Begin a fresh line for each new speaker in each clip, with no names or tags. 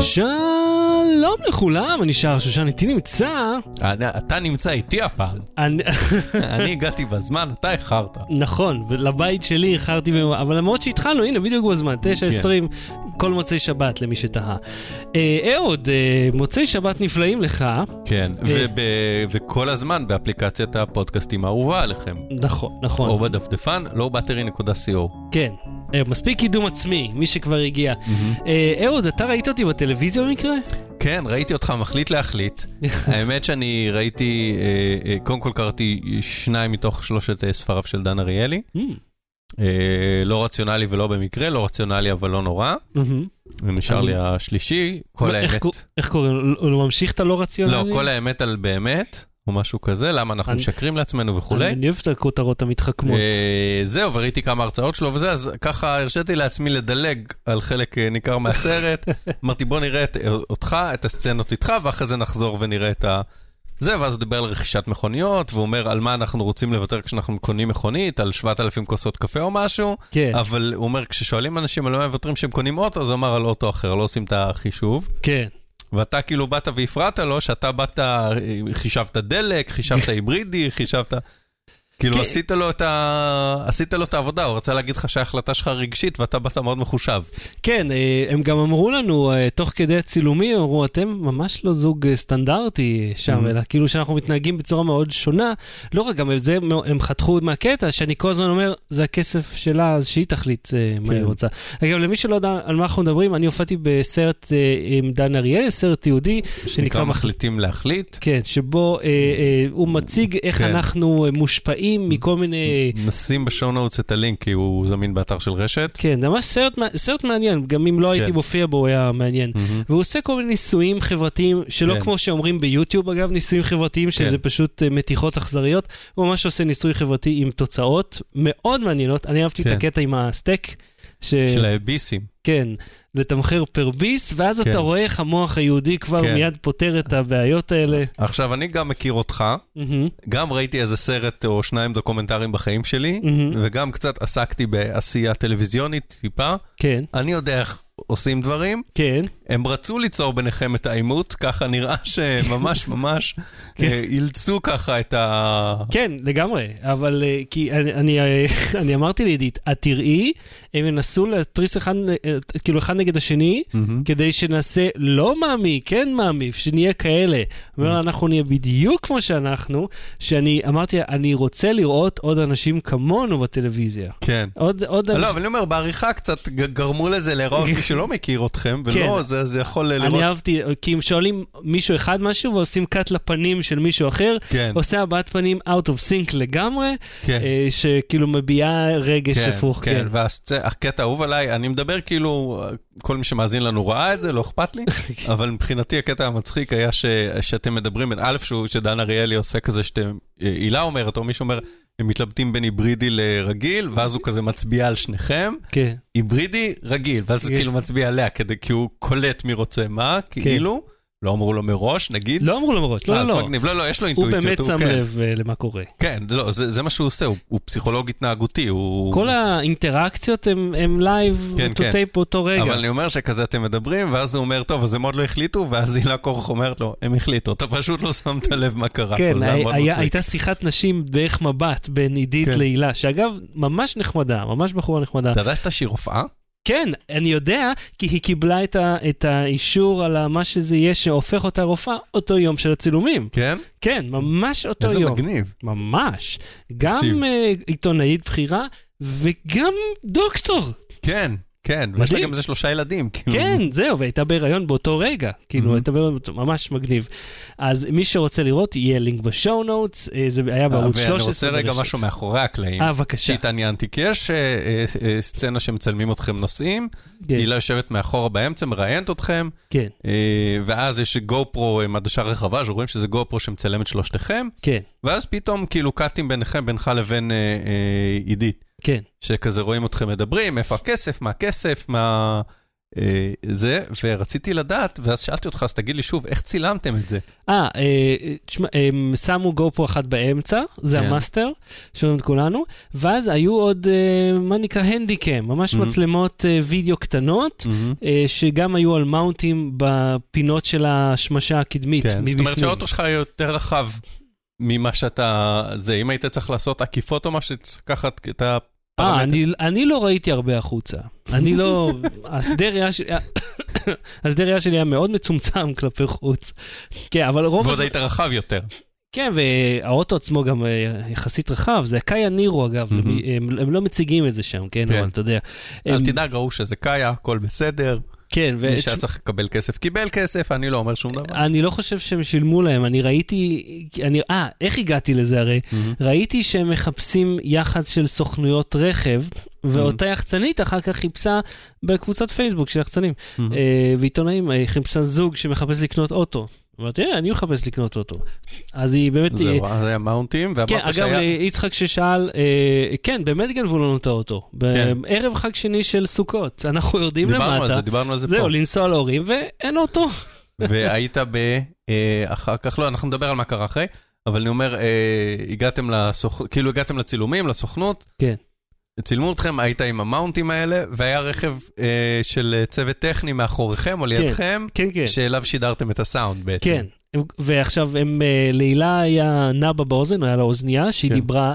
שלום לכולם, אני שר שושן, איתי נמצא.
אתה נמצא איתי הפעם. אני הגעתי בזמן, אתה איחרת.
נכון, ולבית שלי איחרתי, אבל למרות שהתחלנו, הנה בדיוק בזמן, 9:20, כל מוצאי שבת למי שתהה. אהוד, מוצאי שבת נפלאים לך.
כן, וכל הזמן באפליקציית הפודקאסטים האהובה עליכם.
נכון, נכון.
או בדפדפן, lowbattery.co.
כן. מספיק קידום עצמי, מי שכבר הגיע. אהוד, אתה ראית אותי בטלוויזיה במקרה?
כן, ראיתי אותך מחליט להחליט. האמת שאני ראיתי, קודם כל קראתי 2 מתוך 3 ספריו של דן אריאלי. לא רציונלי ולא במקרה, לא רציונלי אבל לא נורא. נשאר לי השלישי, כל האמת.
איך קוראים? הוא ממשיך את הלא רציונלי?
לא, כל האמת על באמת. או משהו כזה, למה אנחנו משקרים לעצמנו וכולי.
אני אוהב את הכותרות המתחכמות.
זהו, וראיתי כמה הרצאות שלו וזה, אז ככה הרשיתי לעצמי לדלג על חלק ניכר מהסרט. אמרתי, בוא נראה אותך, את הסצנות איתך, ואחרי זה נחזור ונראה את זה, ואז הוא דיבר על רכישת מכוניות, והוא אומר על מה אנחנו רוצים לוותר כשאנחנו קונים מכונית, על 7,000 כוסות קפה או משהו, אבל הוא אומר, כששואלים אנשים על מה מוותרים שהם קונים אוטו, אז הוא אמר על אוטו אחר, לא עושים את החישוב. כן. ואתה כאילו באת והפרעת לו, שאתה באת, חישבת דלק, חישבת היברידי, חישבת... כאילו עשית לו את העבודה, הוא רצה להגיד לך שההחלטה שלך רגשית, ואתה באת מאוד מחושב.
כן, הם גם אמרו לנו, תוך כדי הצילומים, אמרו, אתם ממש לא זוג סטנדרטי שם, אלא כאילו שאנחנו מתנהגים בצורה מאוד שונה. לא רק, גם זה, הם חתכו מהקטע, שאני כל הזמן אומר, זה הכסף שלה, אז שהיא תחליט מה היא רוצה. אגב, למי שלא יודע על מה אנחנו מדברים, אני הופעתי בסרט עם דן אריאלי, סרט יהודי,
שנקרא מחליטים להחליט.
כן, שבו הוא מציג איך אנחנו מושפעים מכל מיני...
נשים בשואו נוטס את הלינק, כי הוא זמין באתר של רשת.
כן, זה ממש סרט מעניין, גם אם לא הייתי מופיע בו, הוא היה מעניין. והוא עושה כל מיני ניסויים חברתיים, שלא כמו שאומרים ביוטיוב, אגב, ניסויים חברתיים, שזה פשוט מתיחות אכזריות, הוא ממש עושה ניסוי חברתי עם תוצאות מאוד מעניינות. אני אהבתי את הקטע עם הסטק.
של הביסים.
כן, לתמחר פר ביס, ואז אתה רואה איך המוח היהודי כבר מיד פותר את הבעיות האלה.
עכשיו, אני גם מכיר אותך, גם ראיתי איזה סרט או 2 דוקומנטרים בחיים שלי, וגם קצת עסקתי בעשייה טלוויזיונית טיפה. כן. אני יודע איך עושים דברים. כן. הם רצו ליצור ביניכם את האימות, ככה נראה שממש ממש אילצו ככה את
כן, לגמרי, אבל כי אני אמרתי לידית, את תראי, הם ינסו להתריס כאילו אחד נגד השני, כדי שנעשה לא מאמי, כן מאמי, שנהיה כאלה. אומר, אנחנו נהיה בדיוק כמו שאנחנו, שאני אמרתי, אני רוצה לראות עוד אנשים כמונו בטלוויזיה. כן.
לא, אבל אני אומר, בעריכה קצת גרמו לזה לראות מי שלא מכיר אתכם, ולא, זה יכול לראות.
אני אהבתי, כי אם שואלים מישהו אחד משהו, ועושים קאט לפנים של מישהו אחר, עושה הבעת פנים out of sync לגמרי, שכאילו מביעה רגש שפוך.
כן, והקטע אהוב עליי, אני מדבר כאילו, כל מי שמאזין לנו ראה את זה, לא אכפת לי, אבל מבחינתי הקטע המצחיק היה שאתם מדברים בין א' שדן אריאלי עושה כזה הילה אומרת, או מישהו אומר, הם מתלבטים בין היברידי לרגיל, ואז הוא כזה מצביע על שניכם, היברידי רגיל, ואז הוא כאילו מצביע עליה, כי הוא קולט מי רוצה מה, כאילו, לא אמרו לו מראש, נגיד.
לא אמרו לו מראש, לא.
לא, יש לו אינטואיציה.
הוא באמת שם לב למה קורה.
כן, זה מה שהוא עושה, הוא פסיכולוג התנהגותי.
כל האינטראקציות הם לייב, טוטייפ אותו רגע.
אבל אני אומר שכזה אתם מדברים, ואז הוא אומר, טוב, אז הם עוד לא החליטו, ואז הילה כורך אומרת לו, הם החליטו, אתה פשוט לא שמת לב מה קרה.
כן, הייתה שיחת נשים דרך מבט בין עידית להילה, שאגב, ממש נחמדה, ממש בחורה נחמדה.
אתה יודע שאתה שהיא רופאה?
כן, אני יודע, כי היא קיבלה את האישור על מה שזה יהיה שהופך אותה רופאה אותו יום של הצילומים. כן? כן, ממש אותו יום.
איזה מגניב.
ממש. גם עיתונאית בחירה, וגם דוקטור.
כן. כן, ויש לה גם איזה 3 ילדים.
כן, זהו, והייתה בהיריון באותו רגע. כאילו, הייתה בהיריון ממש מגניב. אז מי שרוצה לראות, יהיה לינק בשואו נוטס, זה היה בערוץ 13.
ואני רוצה רגע משהו מאחורי הקלעים.
בבקשה.
שהתעניינתי, כי יש סצנה שמצלמים אתכם נוסעים, היא לא יושבת מאחורה באמצע, מראיינת אתכם, ואז יש גופרו עם עדשה רחבה, שרואים שזה גופרו שמצלם את 3 ואז פתאום כאילו קאטים ביניכם, בינך לבין עידית. כן. שכזה רואים אתכם מדברים, איפה הכסף, מה הכסף, זה, ורציתי לדעת, ואז שאלתי אותך, אז תגיד לי שוב, איך צילמתם את זה?
תשמע, הם שמו גופרו אחת באמצע, זה המאסטר, שומעים את כולנו, ואז היו עוד, מה נקרא, הנדיקם, ממש מצלמות וידאו קטנות, שגם היו על מאונטים בפינות של השמשה הקדמית.
כן, זאת אומרת שהאוטו שלך יותר רחב ממה שאתה, זה, אם היית צריך לעשות עקיפות או מה שצריך את
אני לא ראיתי הרבה החוצה. אני לא... הסדר ראייה שלי היה מאוד מצומצם כלפי חוץ. כן, אבל רוב...
ועוד היית רחב יותר.
כן, והאוטו עצמו גם יחסית רחב. זה קאיה נירו, אגב. הם לא מציגים את זה שם, כן? אבל אתה יודע.
אל תדאג, ראו שזה קאיה, הכל בסדר.
כן,
מי שהיה צריך לקבל כסף, קיבל כסף, אני לא אומר שום דבר.
אני לא חושב שהם שילמו להם, אני ראיתי, איך הגעתי לזה הרי? ראיתי שהם מחפשים יח"צ של סוכנויות רכב, ואותה יחצנית אחר כך חיפשה בקבוצת פייסבוק של יחצנים, ועיתונאים חיפשה זוג שמחפש לקנות אוטו. אמרתי, אני מחפש לקנות אוטו. אז היא באמת...
זהו, אז היה מאונטים,
כן, אגב, יצחק ששאל, כן, באמת גנבו לנו את האוטו. בערב חג שני של סוכות, אנחנו יורדים למטה.
דיברנו על זה פה.
זהו, לנסוע להורים, ואין אוטו.
והיית אחר כך, לא, אנחנו נדבר על מה קרה אחרי, אבל אני אומר, הגעתם לצילומים, לסוכנות.
כן.
צילמו אתכם, היית עם המאונטים האלה, והיה רכב של צוות טכני מאחוריכם או לידכם, שאליו שידרתם את הסאונד בעצם.
כן, ועכשיו לילה היה נאבה באוזן, היה לה אוזנייה, שהיא דיברה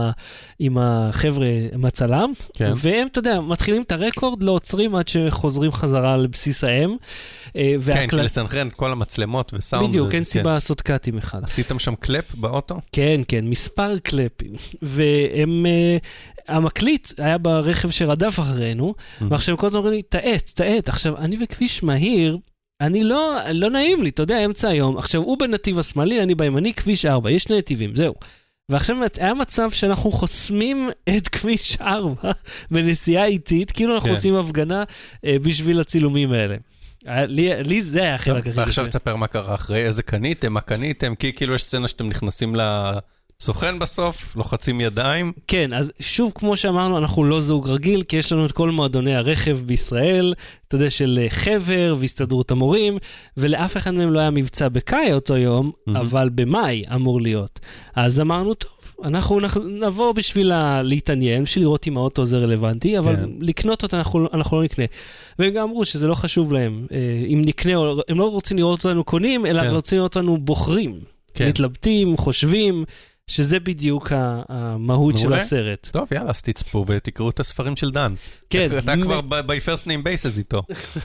עם החבר'ה, עם הצלם, והם, אתה יודע, מתחילים את הרקורד, לא עוצרים עד שחוזרים חזרה לבסיס האם.
כן, כי לסנכרן את כל המצלמות וסאונד.
בדיוק, אין סיבה לעשות קאטים אחד.
עשיתם שם קלפ באוטו?
כן, כן, מספר קלפים. והם... המקליט היה ברכב שרדף אחרינו, ועכשיו כל הזמן אומרים לי, תעט. עכשיו, אני בכביש מהיר, אני לא נעים לי, אתה יודע, אמצע היום. עכשיו, הוא בנתיב השמאלי, אני בימני, כביש 4, יש שני נתיבים, זהו. ועכשיו היה מצב שאנחנו חוסמים את כביש 4 בנסיעה איטית, כאילו אנחנו עושים הפגנה בשביל הצילומים האלה. לי זה היה חלק הכי גדול.
ועכשיו תספר מה קרה אחרי, איזה קניתם, מה קניתם, כי כאילו יש סצנה שאתם נכנסים סוכן בסוף, לוחצים ידיים.
כן, אז שוב, כמו שאמרנו, אנחנו לא זוג רגיל, כי יש לנו את כל מועדוני הרכב בישראל, אתה יודע, של חבר והסתדרות המורים, ולאף אחד מהם לא היה מבצע בקאיה אותו יום, אבל במאי אמור להיות. אז אמרנו, טוב, אנחנו נבוא בשביל להתעניין, בשביל לראות אם האוטו זה רלוונטי, אבל לקנות אותה אנחנו לא נקנה. והם גם אמרו שזה לא חשוב להם, אם נקנה, הם לא רוצים לראות אותנו קונים, אלא רוצים לראות אותנו בוחרים, מתלבטים, חושבים, שזה בדיוק המהות של הסרט.
טוב, יאללה, אז תצפו ותקראו את הספרים של דן.
כן.
אתה כבר by-first name basis איתו.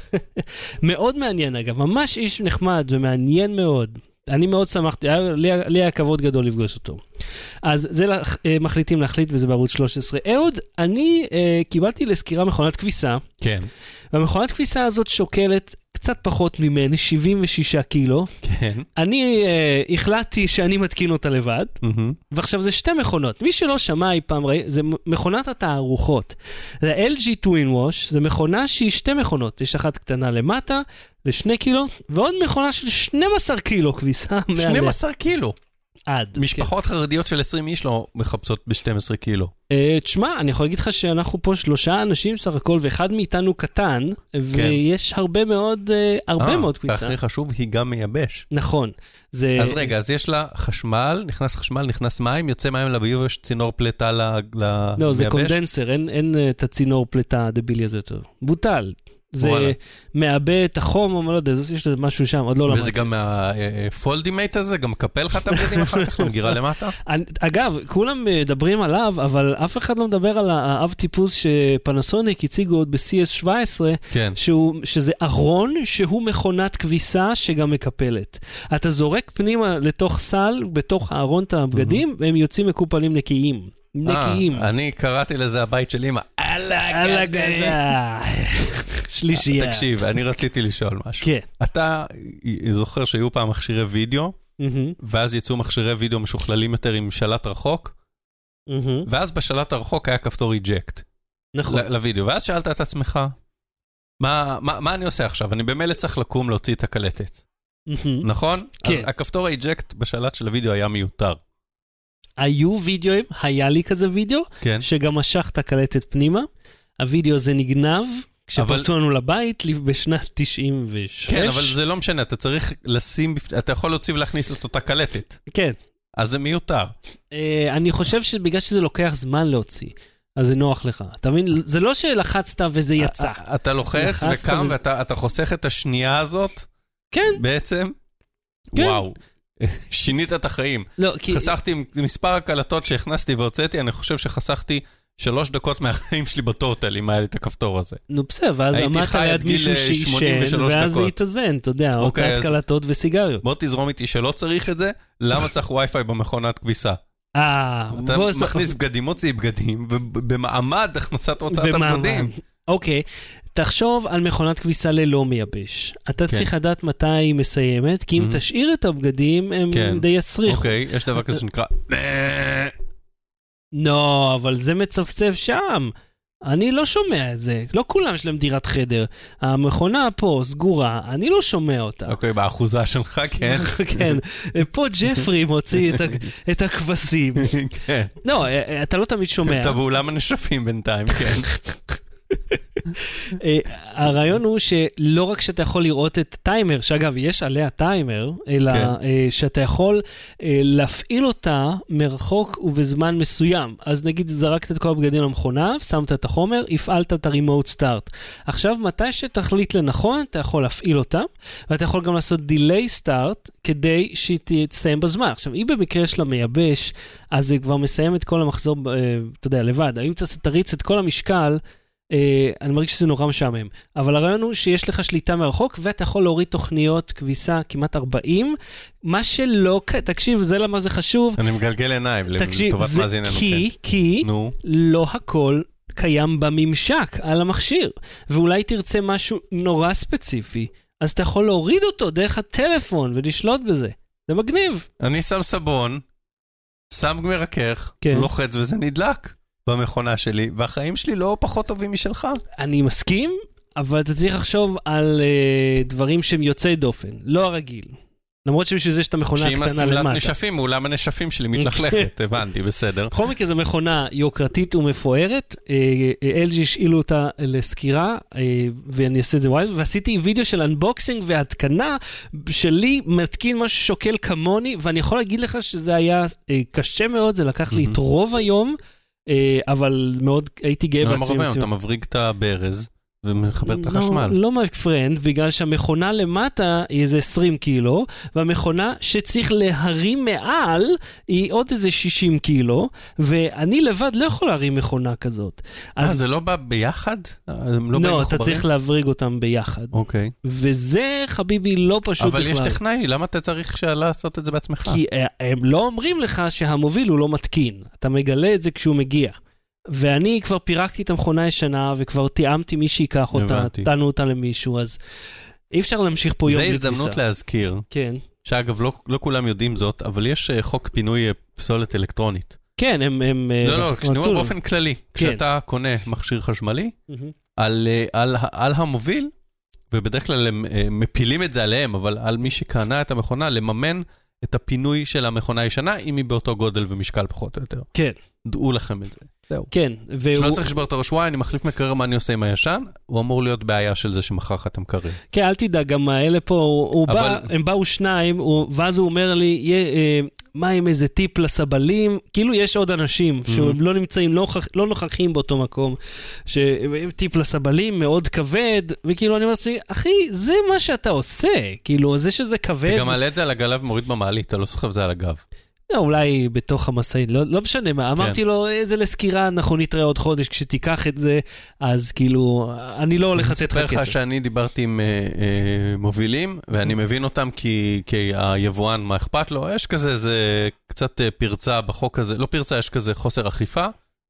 מאוד מעניין, אגב. ממש איש נחמד ומעניין מאוד. אני מאוד שמחתי, לי היה כבוד גדול לפגוש אותו. אז זה מחליטים להחליט, וזה בערוץ 13. אהוד, אני קיבלתי לסקירה מכונת כביסה.
כן.
והמכונת כביסה הזאת שוקלת קצת פחות ממני, 76 קילו.
כן.
אני החלטתי שאני מתקין אותה לבד, ועכשיו זה שתי מכונות. מי שלא שמע אי פעם, זה מכונת התערוכות. זה LG Twin Wash, זה מכונה שהיא שתי מכונות. יש אחת קטנה למטה, ל2 קילו, ועוד מכונה של 12 קילו כביסה.
12 קילו?
עד.
משפחות חרדיות של 20 איש לא מחפשות ב-12 קילו.
תשמע, אני יכול להגיד לך שאנחנו פה 3 אנשים סך הכל, ואחד מאיתנו קטן, ויש הרבה מאוד כביסה.
והכי חשוב, היא גם מייבש.
נכון.
אז רגע, אז יש לה חשמל, נכנס מים, יוצא מים לביוב, יש צינור פלטה למייבש.
לא, זה קונדנסר, אין את הצינור פלטה הדבילי הזה יותר. בוטל. זה מאבד את החום, או לא יודע, יש לזה משהו שם, עוד לא למדתי.
וזה גם מהפולדימייט הזה, גם מקפל לך את הבגדים אחר כך, למגירה למטה?
אגב, כולם מדברים עליו, אבל אף אחד לא מדבר על האב טיפוס שפנסוניק הציגו עוד ב-CS17, שזה ארון שהוא מכונת כביסה שגם מקפלת. אתה זורק פנימה לתוך סל, בתוך הארון את הבגדים, והם יוצאים מקופלים נקיים.
אני קראתי לזה הבית של אמא, על הגדה.
שלישייה.
תקשיב, אני רציתי לשאול משהו.
כן.
אתה זוכר שהיו פעם מכשירי וידאו, ואז יצאו מכשירי וידאו משוכללים יותר עם שלט רחוק, ואז בשלט הרחוק היה כפתור איג'קט.
נכון.
לוידאו, ואז שאלת את עצמך, מה אני עושה עכשיו? אני במילא צריך לקום להוציא את הקלטת. נכון? אז הכפתור האיג'קט בשלט של הוידאו היה מיותר.
היו וידאוים, היה לי כזה וידאו, שגם משך את הקלטת פנימה, הוידאו הזה נגנב, כשפרצו לנו לבית בשנת 96.
כן, אבל זה לא משנה, אתה צריך לשים, אתה יכול להוציא ולהכניס את אותה קלטת.
כן.
אז זה מיותר.
אני חושב שבגלל שזה לוקח זמן להוציא, אז זה נוח לך. אתה מבין? זה לא שלחצת וזה יצא.
אתה לוחץ וקם ואתה חוסך את השנייה הזאת.
כן.
בעצם.
כן.
וואו. שינית את החיים.
לא, כי...
חסכתי מספר הקלטות שהכנסתי והוצאתי, אני חושב שחסכתי 3 דקות מהחיים שלי בטוטל, אם היה לי את הכפתור הזה.
נו בסדר, ואז עמדת ליד מישהו שישן, ואז זה יתאזן, אתה יודע, הוצאת קלטות וסיגריות.
בוא תזרום איתי שלא צריך את זה, למה צריך וי-פיי במכונת כביסה? אתה מכניס בגדים, מוציא בגדים, ובמעמד הכנסת הוצאת הבגדים.
אוקיי, תחשוב על מכונת כביסה ללא מייבש. אתה צריך לדעת מתי היא מסיימת, כי אם תשאיר את הבגדים, הם די יסריחו.
אוקיי, יש דבר כזה שנקרא...
לא, אבל זה מצפצף שם. אני לא שומע את זה. לא כולם יש להם דירת חדר. המכונה פה סגורה, אני לא שומע אותה.
אוקיי, באחוזה שלך, כן.
כן. פה ג'פרי מוציא את הכבשים.
כן.
לא, אתה לא תמיד שומע.
אתה באולם הנשפים בינתיים, כן.
הרעיון הוא שלא רק שאתה יכול לראות את טיימר, שאגב יש עליה טיימר, אלא שאתה יכול להפעיל אותה מרחוק ובזמן מסוים. אז נגיד זרקת את כל הבגדים למכונה, שמת את החומר, הפעלת את הרימוט סטארט. עכשיו מתי שתחליט לנכון, אתה יכול להפעיל אותה, ואתה יכול גם לעשות דיליי סטארט, כדי שהיא תסיים בזמן. עכשיו, אם במקרה שלה מייבש, אז זה כבר מסיים את כל המחזור, אתה יודע, לבד. אם תריץ את כל המשקל, אני מרגיש שזה נורא משעמם. אבל הרעיון הוא שיש לך שליטה מרחוק, ואתה יכול להוריד תוכניות כביסה כמעט 40, מה שלא, תקשיב, זה למה זה חשוב.
אני מגלגל עיניים, לטובת מאזיננו.
כי לא הכל קיים בממשק על המכשיר, ואולי תרצה משהו נורא ספציפי, אז אתה יכול להוריד אותו דרך הטלפון ולשלוט בזה. זה מגניב.
אני שם סבון, שם מרכך, לוחץ וזה נדלק. במכונה שלי, והחיים שלי לא פחות טובים משלך.
אני מסכים, אבל אתה צריך לחשוב על דברים שהם יוצאי דופן, לא הרגיל. למרות שבשביל זה שאתה מכונה קטנה למטה.
שאם הסמלת נשפים, מאולם הנשפים שלי מתלכלכת, הבנתי, בסדר.
בכל מקרה, זו מכונה יוקרתית ומפוארת, LG השאילו אותה לסקירה, ואני אעשה את זה וואי, ועשיתי וידאו של אנבוקסינג והתקנה שלי, מתקין משהו שוקל כמוני, ואני יכול להגיד לך שזה היה קשה מאוד, זה לקח לי את רוב היום, אבל מאוד הייתי גאה בעצמי.
אתה מבריג את הברז ומחבר את החשמל.
לא מפרנד, בגלל שהמכונה למטה היא איזה 20 קילו, והמכונה שצריך להרים מעל היא עוד איזה 60 קילו, ואני לבד לא יכול להרים מכונה כזאת.
זה לא בא ביחד?
לא, אתה צריך להבריג אותם ביחד.
אוקיי.
וזה, חביבי, לא פשוט בכלל.
אבל יש טכנאי, למה אתה צריך לעשות את זה בעצמך?
כי הם לא אומרים לך שהמוביל הוא לא מתקין. אתה מגלה את זה כשהוא מגיע. ואני כבר פירקתי את המכונה ישנה, וכבר תיאמתי מי שיקח אותה, תנו אותה למישהו, אז אי אפשר להמשיך פה יום
זה הזדמנות להזכיר,
כן.
שאגב לא כולם יודעים זאת, אבל יש חוק פינוי פסולת אלקטרונית.
כן, הם
לא, כשאני אומר באופן כללי, כשאתה קונה מכשיר חשמלי, על המוביל, ובדרך כלל הם מפילים את זה עליהם, אבל על מי שקנה את המכונה, לממן את הפינוי של המכונה הישנה, אם היא באותו גודל ומשקל פחות או יותר.
כן.
דעו לכם את זה. זהו.
כן.
שלא צריך לשבור את הראש, וואי, אני מחליף מקרר, מה אני עושה עם הישן? הוא אמור להיות בעיה של זה שמחר לך את המקרר.
כן, אל תדע, גם האלה פה, הם באו 2, ואז הוא אומר לי, מה עם איזה טיפ לסבלים? כאילו יש עוד אנשים שלא נמצאים, לא נוכחים באותו מקום, שטיפ לסבלים מאוד כבד, וכאילו אני אומר לי, אחי, זה מה שאתה עושה, כאילו, זה שזה כבד.
אתה גם מעלה את זה על הגב ומוריד במעלית, אתה לא סוחב את זה על הגב.
אולי בתוך המשאית, לא משנה מה, אמרתי לו, איזה לסקירה, אנחנו נתראה עוד חודש, כשתיקח את זה, אז כאילו, אני לא הולך לתת לך כסף.
אני אספר לך שאני דיברתי עם מובילים, ואני מבין אותם כי היבואן, מה אכפת לו, יש כזה, זה קצת פרצה בחוק הזה, לא פרצה, יש כזה חוסר אכיפה,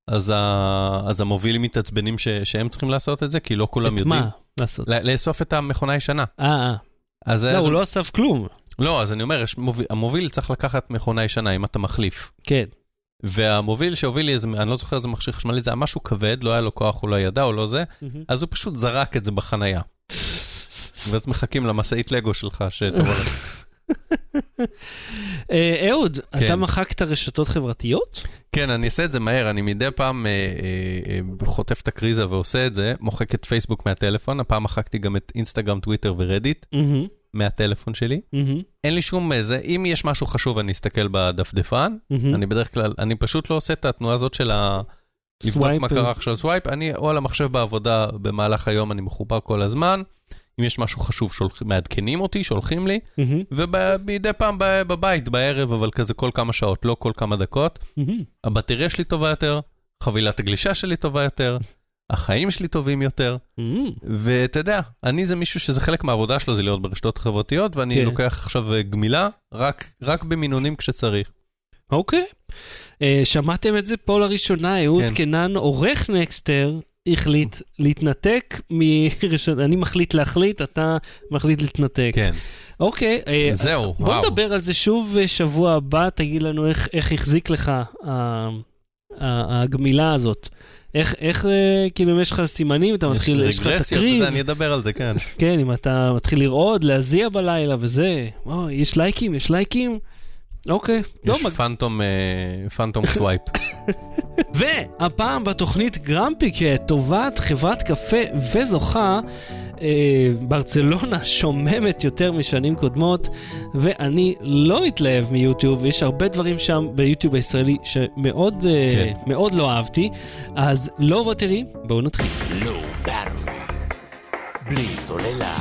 אז המובילים מתעצבנים שהם צריכים לעשות את זה, כי לא כולם יודעים.
את מה לעשות?
לאסוף את המכונה הישנה.
לא, הוא לא אסף כלום.
לא, אז אני אומר, המוביל צריך לקחת מכונה ישנה, אם אתה מחליף.
כן.
והמוביל שהוביל לי, אני לא זוכר איזה מכשיר חשמלי, זה היה משהו כבד, לא היה לו כוח, הוא לא ידע או לא זה, אז הוא פשוט זרק את זה בחנייה. ואז מחכים למסעית לגו שלך, שתבוא לך.
אהוד, אתה מחקת רשתות חברתיות?
כן, אני אעשה את זה מהר, אני מדי פעם חוטף את הקריזה ועושה את זה, מוחק את פייסבוק מהטלפון, הפעם מחקתי גם את אינסטגרם, טוויטר ורדיט מהטלפון שלי. אין לי שום איזה, אם יש משהו חשוב אני אסתכל בדפדפן, אני בדרך כלל, אני פשוט לא עושה את התנועה הזאת של לבדוק מה קרה עכשיו סווייפ, אני או על המחשב בעבודה במהלך היום, אני מחובר כל הזמן, אם יש משהו חשוב, מעדכנים אותי, שולחים לי, ומדי פעם בבית, בערב, אבל כזה כל כמה שעות, לא כל כמה דקות. הבטריה שלי טובה יותר, חבילת הגלישה שלי טובה יותר, החיים שלי טובים יותר, ואתה יודע, אני זה מישהו שזה חלק מהעבודה שלו, זה להיות ברשתות חברתיות, ואני לוקח עכשיו גמילה, רק במינונים כשצריך.
אוקיי. שמעתם את זה פה לראשונה, אהוד קנן, עורך נקסטר, החליט להתנתק אני מחליט להחליט, אתה מחליט להתנתק.
כן.
אוקיי.
זהו,
בוא נדבר על זה שוב שבוע הבא, תגיד לנו איך החזיק לך הגמילה הזאת. איך, כאילו, אם יש לך סימנים, אתה מתחיל, יש לך תקריז.
אני אדבר על זה, כן.
כן, אם אתה מתחיל לרעוד, להזיע בלילה וזה. יש לייקים? אוקיי.
יש פנטום סווייפ.
והפעם בתוכנית גרמפיקט, טובת חברת קפה וזוכה, ברצלונה שוממת יותר משנים קודמות, ואני לא אתלהב מיוטיוב, ויש הרבה דברים שם ביוטיוב הישראלי שמאוד מאוד לא אהבתי, אז לא בטרי, בואו נתחיל. לא בטרי, בלי סוללה.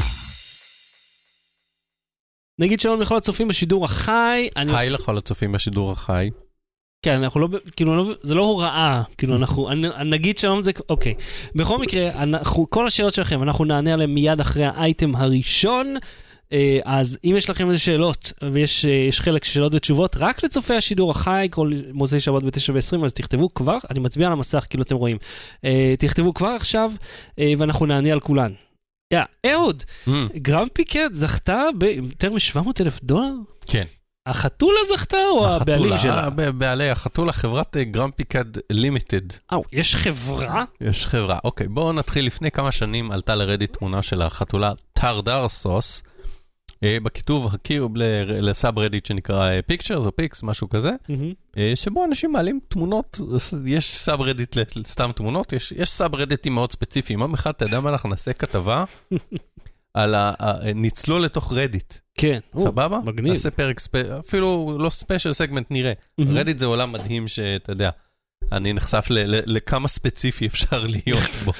נגיד שלום לכל הצופים בשידור החי.
היי לכל הצופים בשידור החי.
כן, אנחנו לא, כאילו, זה לא הוראה, כאילו, נגיד שלום זה, אוקיי. בכל מקרה, כל השאלות שלכם, אנחנו נענה עליהן מיד אחרי האייטם הראשון, אז אם יש לכם איזה שאלות, ויש חלק של שאלות ותשובות, רק לצופי השידור החי, כל מוצאי שבת ב-9:20, אז תכתבו כבר, אני מצביע על המסך, כאילו אתם רואים, תכתבו כבר עכשיו, ואנחנו נענה על כולן. אהוד, גרמפיקט זכתה ביותר $700,000?
כן.
החתולה זכתה או הבעלים שלה?
בעלי החתולה, חברת גרמפיקט לימיטד.
יש חברה?
יש חברה. אוקיי, בואו נתחיל. לפני כמה שנים עלתה לרדיט תמונה של החתולה טרדרסוס, בכיתוב לסאב רדיט שנקרא פיקצ'רס או פיקס, משהו כזה, שבו אנשים מעלים תמונות, יש סאב רדיט לסתם תמונות, יש סאב רדיטים מאוד ספציפיים. יום אחד, אתה יודע מה, אנחנו נעשה כתבה על נצלול לתוך רדיט.
כן.
סבבה?
מגניב.
נעשה פרק, אפילו לא ספיישל סגמנט נראה. רדיט זה עולם מדהים שאתה יודע, אני נחשף לכמה ספציפי אפשר להיות בו.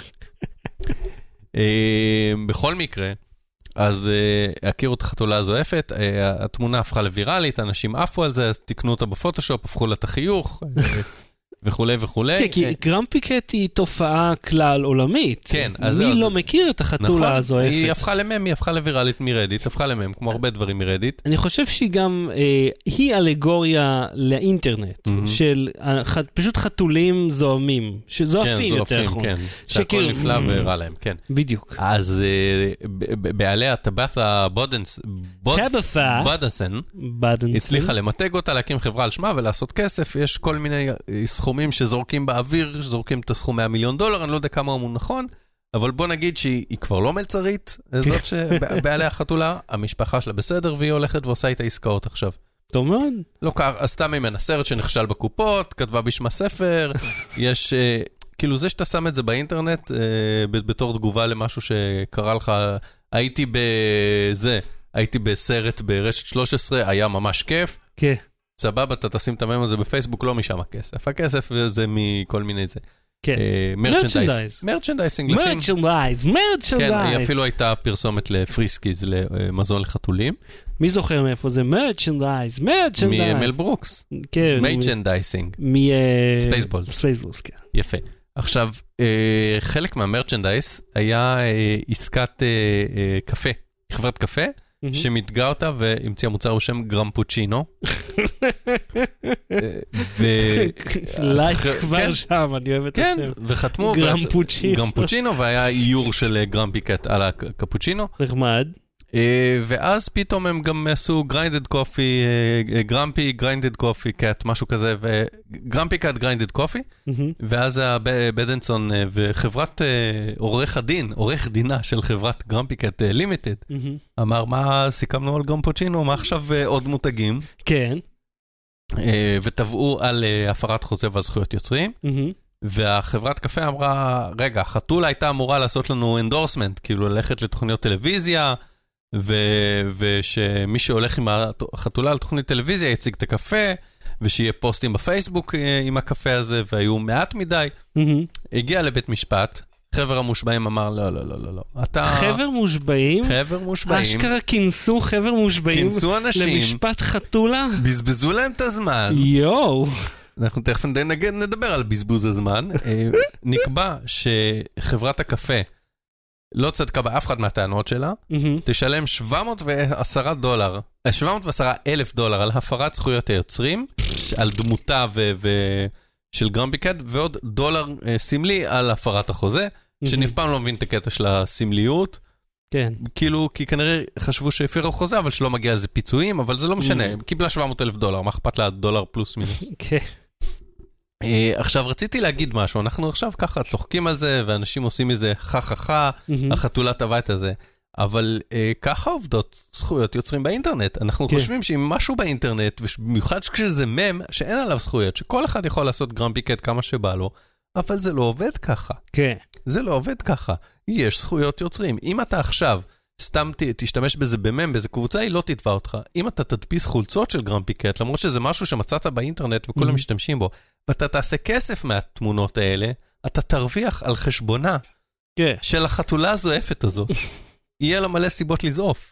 בכל מקרה, אז הכירו את החתולה הזועפת, התמונה הפכה לווירלית, אנשים עפו על זה, אז תקנו אותה בפוטושופ, הפכו לה את החיוך, וכולי וכולי.
כן, כי גרמפיקט היא תופעה כלל עולמית.
כן.
מי לא מכיר את החתולה הזועפת?
היא הפכה למם, היא הפכה לווירלית מרדיט, הפכה למם, כמו הרבה דברים מרדיט.
אני חושב שהיא גם, היא אלגוריה לאינטרנט, של פשוט חתולים זועמים, שזועפים יותר נכון.
כן, שהכל נפלא ורע להם, כן.
בדיוק.
אז בעליה טבת'ה בודנסן, הצליחה למתג אותה, להקים חברה על שמה ולעשות כסף, יש כל מיני סכומים שזורקים באוויר, שזורקים את הסכום $100 מיליון, אני לא יודע כמה הוא נכון, אבל בוא נגיד שהיא כבר לא מלצרית, זאת שבעלי החתולה, המשפחה שלה בסדר, והיא הולכת ועושה איתה עסקאות עכשיו.
טוב מאוד.
לא, עשתה ממנה סרט שנכשל בקופות, כתבה בשמה ספר, יש, כאילו זה שאתה שם את זה באינטרנט, בתור תגובה למשהו שקרה לך, הייתי בסרט ברשת 13, היה ממש כיף.
כן.
סבבה, אתה תשים את המם הזה בפייסבוק, לא משם הכסף. הכסף זה מכל מיני זה.
כן.
מרצ'נדייסינג. כן, היא אפילו הייתה פרסומת לפריסקיז, למזון לחתולים.
מי זוכר מאיפה זה? מרצ'נדייז.
ממל ברוקס.
כן.
מרצ'נדייסינג.
ספייסבולס, כן.
יפה. עכשיו, חלק מהמרצ'נדייס היה עסקת קפה. חברת קפה. שמתגע אותה והמציאה מוצר בשם גרמפוצ'ינו.
לייק כבר שם, אני אוהב את השם.
כן, וחתמו גרמפוצ'ינו, והיה איור של גרמפיקט על הקפוצ'ינו.
נחמד.
ואז פתאום הם גם עשו גריינדד קופי, גרמפי, גריינדד קופי קאט, משהו כזה, גרמפי קאט, גריינדד קופי, ואז בדנסון וחברת עורך דינה של חברת גרמפי קאט לימיטד, אמר, מה סיכמנו על גרמפוצ'ינו, מה עכשיו עוד מותגים?
כן.
וטבעו על הפרת חוזה ועל זכויות יוצרים, והחברת קפה אמרה, רגע, חתולה הייתה אמורה לעשות לנו אנדורסמנט, כאילו ללכת לתוכניות טלוויזיה, ושמי שהולך עם החתולה לתוכנית טלוויזיה יציג את הקפה, ושיהיה פוסטים בפייסבוק עם הקפה הזה, והיו מעט מדי. הגיע לבית משפט, חבר המושבעים אמר, לא, לא, לא, לא, לא.
חבר מושבעים?
חבר מושבעים.
אשכרה כינסו חבר מושבעים.
כינסו אנשים.
למשפט חתולה?
בזבזו להם את הזמן.
יואו.
אנחנו תכף נדבר על בזבוז הזמן. נקבע שחברת הקפה לא צדקה באף אחד מהטענות שלה, תשלם $710,000 על הפרת זכויות היוצרים, על דמותה של גרמפי קאט, ועוד $1 סמלי על הפרת החוזה, שאני אף פעם לא מבין את הקטע של הסמליות.
כן.
כאילו, כי כנראה חשבו שהפירו חוזה, אבל שלא מגיע איזה פיצויים, אבל זה לא משנה, קיבלה $700,000, מה אכפת לה $1 פלוס מינוס.
כן.
עכשיו, רציתי להגיד משהו, אנחנו עכשיו ככה צוחקים על זה, ואנשים עושים מזה חככה, החתולה טבעה את זה, אבל ככה עובדות זכויות יוצרים באינטרנט. אנחנו חושבים שאם משהו באינטרנט, ובמיוחד כשזה מם, שאין עליו זכויות, שכל אחד יכול לעשות גרמפי קאט כמה שבא לו, אבל זה לא עובד ככה.
כן.
זה לא עובד ככה. יש זכויות יוצרים. אם אתה עכשיו סתם תשתמש בזה במם, באיזה קבוצה, היא לא תתבע אותך. אם אתה תדפיס חולצות של גרמפי קאט, למרות שזה משהו שמצאת באינטרנט וכולם משתמשים בו, ואתה תעשה כסף מהתמונות האלה, אתה תרוויח על חשבונה של החתולה הזועפת הזאת. יהיה לה מלא סיבות לזעוף.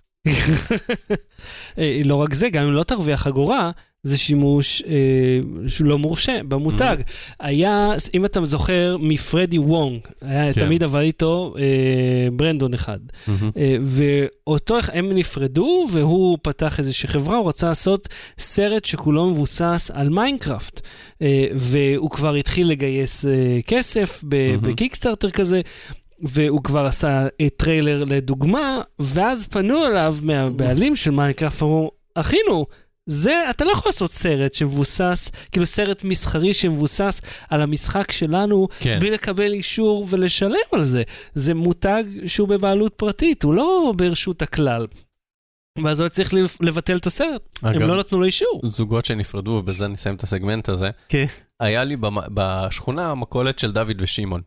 לא רק זה, גם אם לא תרוויח אגורה, זה שימוש לא מורשה במותג. היה, אם אתה זוכר, מפרדי וונג, תמיד עבד איתו ברנדון אחד. ואותו, הם נפרדו, והוא פתח איזושהי חברה, הוא רצה לעשות סרט שכולו מבוסס על מיינקראפט. והוא כבר התחיל לגייס כסף בקיקסטארטר כזה, והוא כבר עשה טריילר לדוגמה, ואז פנו אליו מהבעלים של מיינקראפט, אמרו, אחינו, אתה לא יכול לעשות סרט שמבוסס, כאילו סרט מסחרי שמבוסס על המשחק שלנו, בלי לקבל אישור ולשלם על זה. זה מותג שהוא בבעלות פרטית, הוא לא ברשות הכלל. ואז הוא צריך לבטל את הסרט. הם לא נתנו לו אישור.
זוגות שנפרדו, ובזה נסיים את הסגמנט הזה. היה לי בשכונה המקולת של דוד ושימון.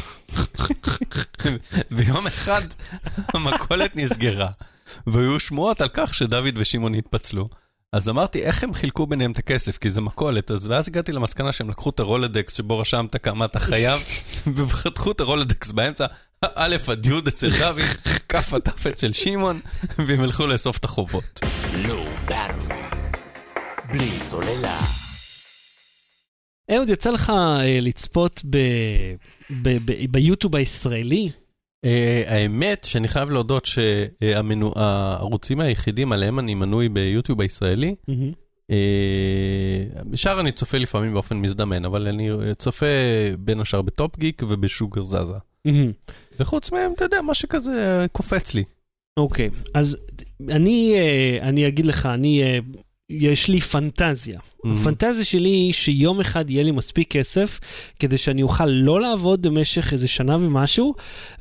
ויום אחד המקולת נסגרה, והיו שמועות על כך שדוד ושימון התפצלו. אז אמרתי, איך הם חילקו ביניהם את הכסף? כי זה מקולת. ואז הגעתי למסקנה שהם לקחו את הרולדקס שבו רשמת כמה אתה חייב, וחתכו את הרולדקס באמצע, א' עד י' אצל דוד, כף עטף אצל שימון, והם הלכו לאסוף את החובות. לא ברור.
בלי סוללה. אהוד, יצא לך לצפות ביוטיוב הישראלי?
האמת שאני חייב להודות שהערוצים היחידים עליהם אני מנוי ביוטיוב הישראלי, בשאר אני צופה לפעמים באופן מזדמן, אבל אני צופה בין השאר בטופ גיק ובשוגר זזה. וחוץ מהם, אתה יודע, מה שכזה קופץ לי.
אוקיי, אז אני אגיד לך, יש לי פנטזיה. הפנטזיה שלי היא שיום אחד יהיה לי מספיק כסף, כדי שאני אוכל לא לעבוד במשך איזה שנה ומשהו,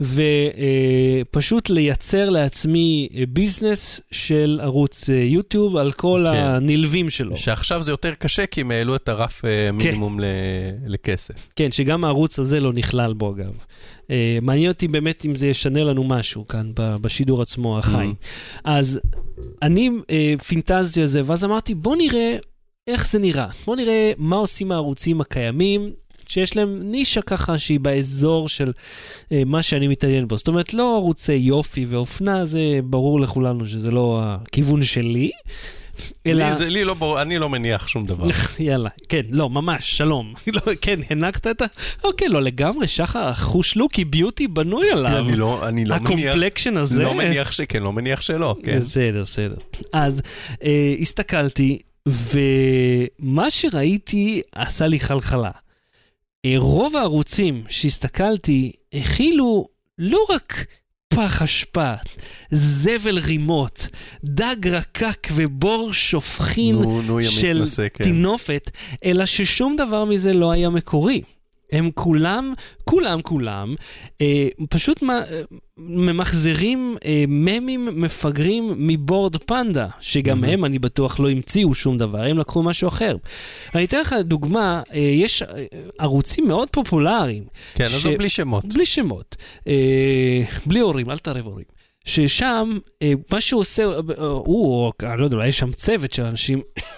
ופשוט לייצר לעצמי ביזנס של ערוץ יוטיוב על כל הנלווים שלו.
שעכשיו זה יותר קשה, כי הם העלו את הרף מינימום לכסף.
כן, שגם הערוץ הזה לא נכלל בו אגב. מעניין אותי באמת אם זה ישנה לנו משהו כאן בשידור עצמו החי. אז אני פינטזתי על זה, ואז אמרתי, בוא נראה איך זה נראה. בוא נראה מה עושים הערוצים הקיימים, שיש להם נישה ככה שהיא באזור של מה שאני מתעניין בו. זאת אומרת, לא ערוצי יופי ואופנה, זה ברור לכולנו שזה לא הכיוון שלי.
לי לא ברור, אני לא מניח שום דבר.
יאללה, כן, לא, ממש, שלום. כן, הנחת את אוקיי, לא לגמרי, שחר, חוש לוקי ביוטי בנוי עליו.
אני לא מניח.
הקומפלקשן הזה.
לא מניח שכן, לא מניח שלא, כן.
בסדר. אז הסתכלתי, ומה שראיתי עשה לי חלחלה. רוב הערוצים שהסתכלתי, הכילו לא רק פח אשפה, זבל רימות, דג רקק ובור שופכין של תינופת, אלא ששום דבר מזה לא היה מקורי. הם כולם, פשוט ממחזרים ממים מפגרים מבורד פנדה, שגם הם, אני בטוח, לא המציאו שום דבר, הם לקחו משהו אחר. אני אתן לך דוגמה, יש ערוצים מאוד פופולריים.
כן, אז בלי שמות.
בלי שמות. בלי הורים, אל תערב הורים. ששם, מה שהוא עושה, אני לא יודע, אולי יש שם צוות של אנשים,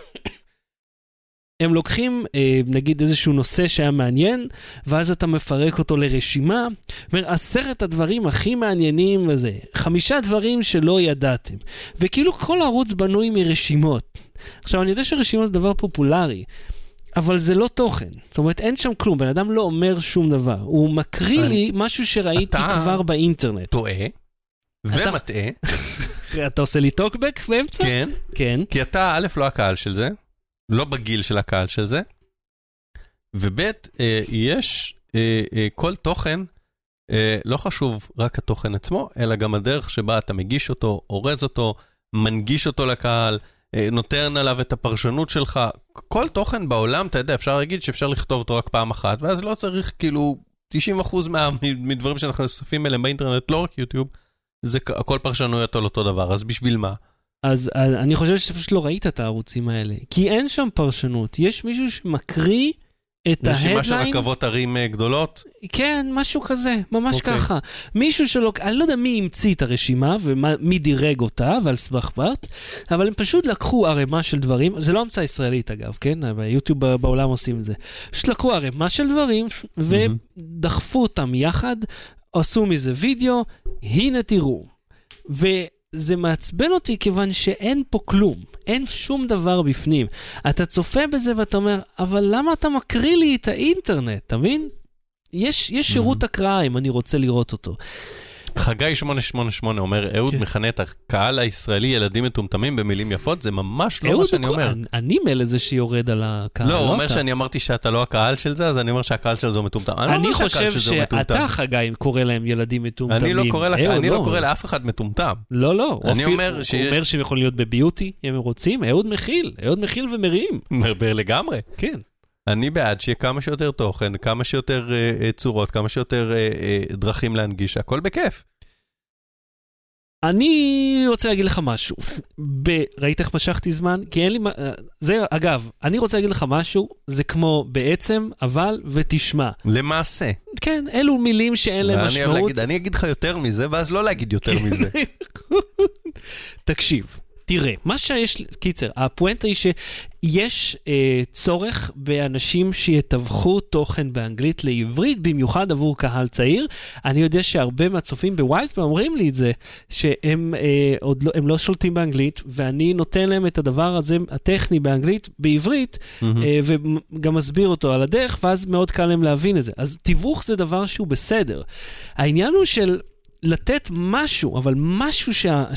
הם לוקחים, נגיד, איזשהו נושא שהיה מעניין, ואז אתה מפרק אותו לרשימה, אומר, 10 הדברים הכי מעניינים וזה, 5 דברים שלא ידעתם. וכאילו כל ערוץ בנוי מרשימות. עכשיו, אני יודע שרשימות זה דבר פופולרי, אבל זה לא תוכן. זאת אומרת, אין שם כלום, בן אדם לא אומר שום דבר. הוא מקריא לי משהו שראיתי כבר באינטרנט.
אתה טועה ומטעה.
אתה עושה לי טוקבק באמצע?
כן.
כן.
כי אתה, א', לא הקהל של זה, לא בגיל של הקהל של זה, ובית, יש כל תוכן, לא חשוב רק התוכן עצמו, אלא גם הדרך שבה אתה מגיש אותו, אורז אותו, מנגיש אותו לקהל, נותן עליו את הפרשנות שלך. כל תוכן בעולם, אתה יודע, אפשר להגיד שאפשר לכתוב אותו רק פעם אחת, ואז לא צריך כאילו 90% מדברים שאנחנו נספים אליהם באינטרנט, לא רק יוטיוב, זה הכל פרשנויות על אותו דבר, אז בשביל מה?
אז אני חושב שפשוט לא ראית את הערוצים האלה, כי אין שם פרשנות. יש מישהו שמקריא את ההדליין.
רשימה של רכבות ערים גדולות?
כן, משהו כזה, ממש ככה. מישהו שלא, אני לא יודע מי המציא את הרשימה, ומי דירג אותה, ועל סמך בת, אבל הם פשוט לקחו ערימה של דברים, זה לא המצאה ישראלית אגב, כן? ביוטיוב בעולם עושים את זה. פשוט לקחו ערימה של דברים, ודחפו אותם יחד, עשו מזה וידאו, הנה תראו. זה מעצבן אותי כיוון שאין פה כלום, אין שום דבר בפנים. אתה צופה בזה ואתה אומר, אבל למה אתה מקריא לי את האינטרנט, אתה מבין? יש שירות הקראה אם אני רוצה לראות אותו.
חגי 888 אומר, אהוד מכנה את הקהל הישראלי ילדים מטומטמים במילים יפות, זה ממש לא מה שאני אומר.
אני מאלה זה שיורד על הקהל.
לא, הוא אומר שאני אמרתי שאתה לא הקהל של זה, אז אני אומר שהקהל של זה הוא מטומטם.
אני חושב שאתה חגי קורא להם ילדים מטומטמים.
אני לא קורא לאף אחד מטומטם.
לא.
אני אומר
הוא אומר שהם יכולים להיות בביוטי, הם רוצים, אהוד מכיל ומרים.
מרבר לגמרי.
כן.
אני בעד שיהיה כמה שיותר תוכן, כמה שיותר צורות, כמה שיותר דרכים להנגיש, הכל בכיף.
אני רוצה להגיד לך משהו. ראית איך משכתי זמן? כי אין לי מה... אגב, אני רוצה להגיד לך משהו, זה כמו בעצם, אבל ותשמע.
למעשה.
כן, אלו מילים שאין להם משמעות.
אני אגיד לך יותר מזה, ואז לא להגיד יותר מזה.
תקשיב. תראה, מה שיש, קיצר, הפואנטה היא שיש צורך באנשים שיתווכו תוכן באנגלית לעברית, במיוחד עבור קהל צעיר. אני יודע שהרבה מהצופים בווייזמן אומרים לי את זה, שהם הם לא שולטים באנגלית, ואני נותן להם את הדבר הזה, הטכני באנגלית, בעברית, וגם מסביר אותו על הדרך, ואז מאוד קל להם להבין את זה. אז תיווך זה דבר שהוא בסדר. העניין הוא של... לתת משהו, אבל משהו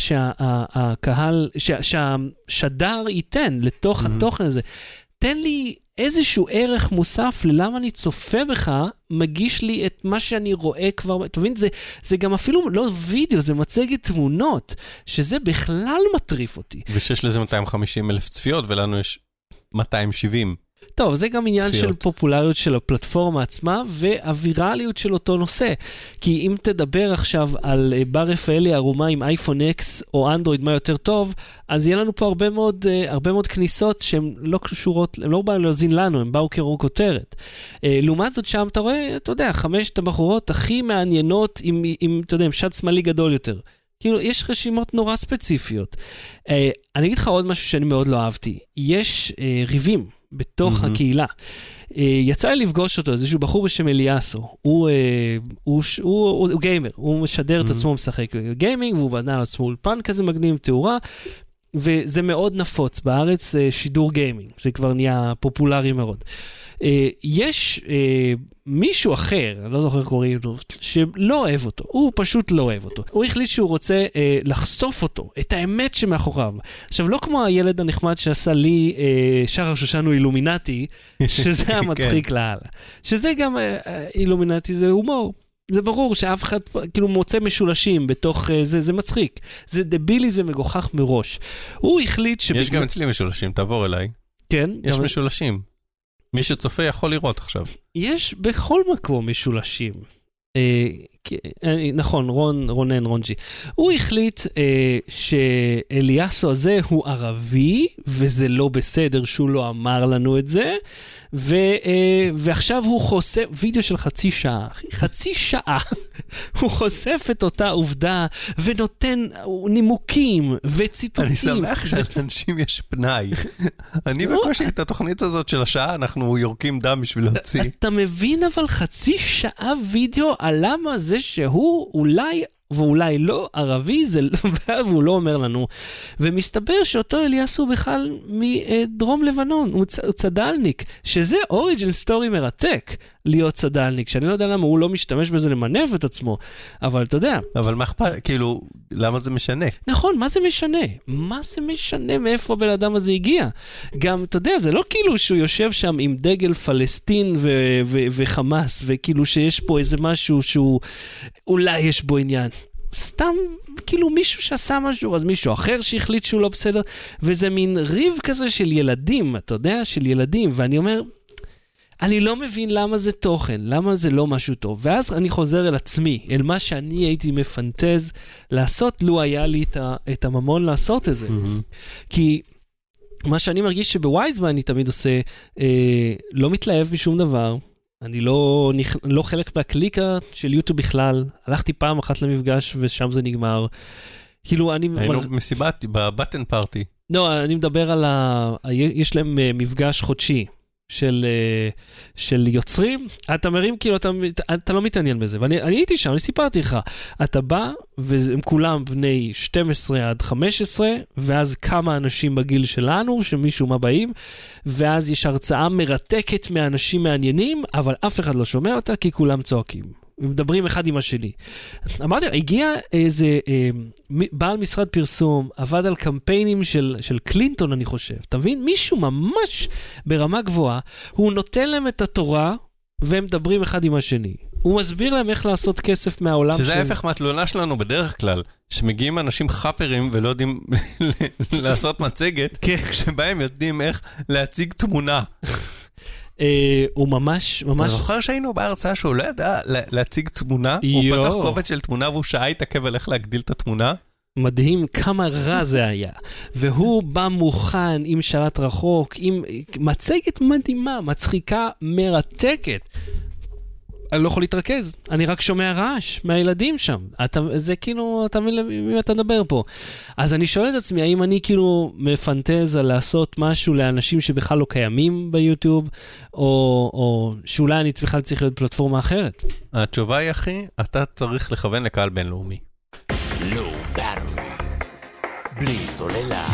שהקהל, שהשדר ייתן לתוך התוכן הזה. תן לי איזשהו ערך מוסף ללמה אני צופה בך, מגיש לי את מה שאני רואה כבר, אתה מבין, זה גם אפילו לא וידאו, זה מצגת תמונות, שזה בכלל מטריף אותי.
ושיש לזה 250,000 צפיות, ולנו יש 270.
טוב, זה גם עניין של פופולריות של הפלטפורמה עצמה, והווירליות של אותו נושא. כי אם תדבר עכשיו על בר רפאלי ערומה עם אייפון X או אנדרואיד מה יותר טוב, אז יהיה לנו פה הרבה מאוד כניסות שהן לא קשורות, הן לא באו להזין לנו, הן באו כראו כותרת. לעומת זאת שם אתה רואה, אתה יודע, 5 הבחורות הכי מעניינות עם אתה יודע, עם שד שמאלי גדול יותר. כאילו, יש רשימות נורא ספציפיות. אני אגיד לך עוד משהו שאני מאוד לא אהבתי. יש ריבים בתוך הקהילה. יצא לי לפגוש אותו, איזשהו בחור בשם אליאסו. הוא גיימר, הוא משדר את עצמו משחק גיימינג, והוא בנה על עצמו אולפן כזה מגניב, תאורה, וזה מאוד נפוץ בארץ, שידור גיימינג. זה כבר נהיה פופולרי מאוד. יש מישהו אחר, אני לא זוכר קוראים לו, שלא אוהב אותו, הוא פשוט לא אוהב אותו. הוא החליט שהוא רוצה לחשוף אותו, את האמת שמאחוריו. עכשיו, לא כמו הילד הנחמד שעשה לי שחר שושנו אילומינטי, שזה המצחיק לאללה. שזה גם אילומינטי, זה הומור. זה ברור שאף אחד כאילו מוצא משולשים בתוך זה מצחיק. זה דבילי, זה מגוחך מראש. הוא החליט
יש גם אצלי משולשים, תעבור אליי.
כן.
יש משולשים. מי שצופה יכול לראות עכשיו.
יש בכל מקום משולשים. נכון, רונג'י. הוא החליט שאליאסו הזה הוא ערבי, וזה לא בסדר שהוא לא אמר לנו את זה, ועכשיו הוא חושף, וידאו של חצי שעה, הוא חושף את אותה עובדה, ונותן נימוקים וציטוטים.
אני שמח שלאנשים יש פנאי. אני בקושי את התוכנית הזאת של השעה, אנחנו יורקים דם בשביל להוציא.
אתה מבין אבל חצי שעה וידאו על למה זה שהוא אולי ואולי לא ערבי, והוא לא אומר לנו. ומסתבר שאותו אליאסו בכלל מדרום לבנון, הוא צדלניק, שזה אוריג'ן סטורי מרתק להיות צדלניק, שאני לא יודע למה הוא לא משתמש בזה למנף את עצמו, אבל אתה יודע.
אבל מה אכפת, כאילו, למה זה משנה?
נכון, מה זה משנה? מה זה משנה מאיפה הבן אדם הזה הגיע? גם, אתה יודע, זה לא כאילו שהוא יושב שם עם דגל פלסטין וחמאס, וכאילו שיש פה איזה משהו שהוא, אולי יש בו עניין. סתם, כאילו מישהו שעשה משהו, אז מישהו אחר שהחליט שהוא לא בסדר, וזה מין ריב כזה של ילדים, אתה יודע, של ילדים, ואני אומר, אני לא מבין למה זה תוכן, למה זה לא משהו טוב, ואז אני חוזר אל עצמי, אל מה שאני הייתי מפנטז לעשות, לו היה לי את הממון לעשות את זה. כי מה שאני מרגיש שבווייזמן אני תמיד עושה, לא מתלהב משום דבר, אני לא חלק מהקליקה של יוטיוב בכלל, הלכתי פעם אחת למפגש ושם זה נגמר. כאילו אני...
היינו מסיבת בבטן פארטי.
לא, אני מדבר על יש להם מפגש חודשי של יוצרים, אתה מרים כאילו, אתה לא מתעניין בזה, ואני הייתי שם, אני סיפרתי לך, אתה בא, והם כולם בני 12 עד 15, ואז כמה אנשים בגיל שלנו, שמישהו מה באים, ואז יש הרצאה מרתקת מאנשים מעניינים, אבל אף אחד לא שומע אותה, כי כולם צועקים. מדברים אחד עם השני. אמרתי, הגיע איזה בעל משרד פרסום, עבד על קמפיינים של קלינטון, אני חושב. אתה מבין? מישהו ממש ברמה גבוהה, הוא נותן להם את התורה, והם מדברים אחד עם השני. הוא מסביר להם איך לעשות כסף מהעולם.
שזה ההפך מהתלונה שלנו בדרך כלל, שמגיעים אנשים חפרים ולא יודעים לעשות מצגת, שבהם יודעים איך להציג תמונה.
הוא ממש...
אתה זוכר שהיינו בהרצאה שהוא לא ידע להציג תמונה? הוא פתח קובץ של תמונה והוא שעה התעכב על איך להגדיל את התמונה?
מדהים כמה רע זה היה. והוא בא מוכן עם שלט רחוק, עם מצגת מדהימה, מצחיקה, מרתקת. אני לא יכול להתרכז, אני רק שומע רעש מהילדים שם. זה כאילו, אתה מבין למי אתה מדבר פה. אז אני שואל את עצמי, האם אני כאילו מפנטז על לעשות משהו לאנשים שבכלל לא קיימים ביוטיוב, או שאולי אני בכלל צריך להיות פלטפורמה אחרת?
התשובה היא, אחי, אתה צריך לכוון לקהל בינלאומי.
לא ברור. בלי סוללה.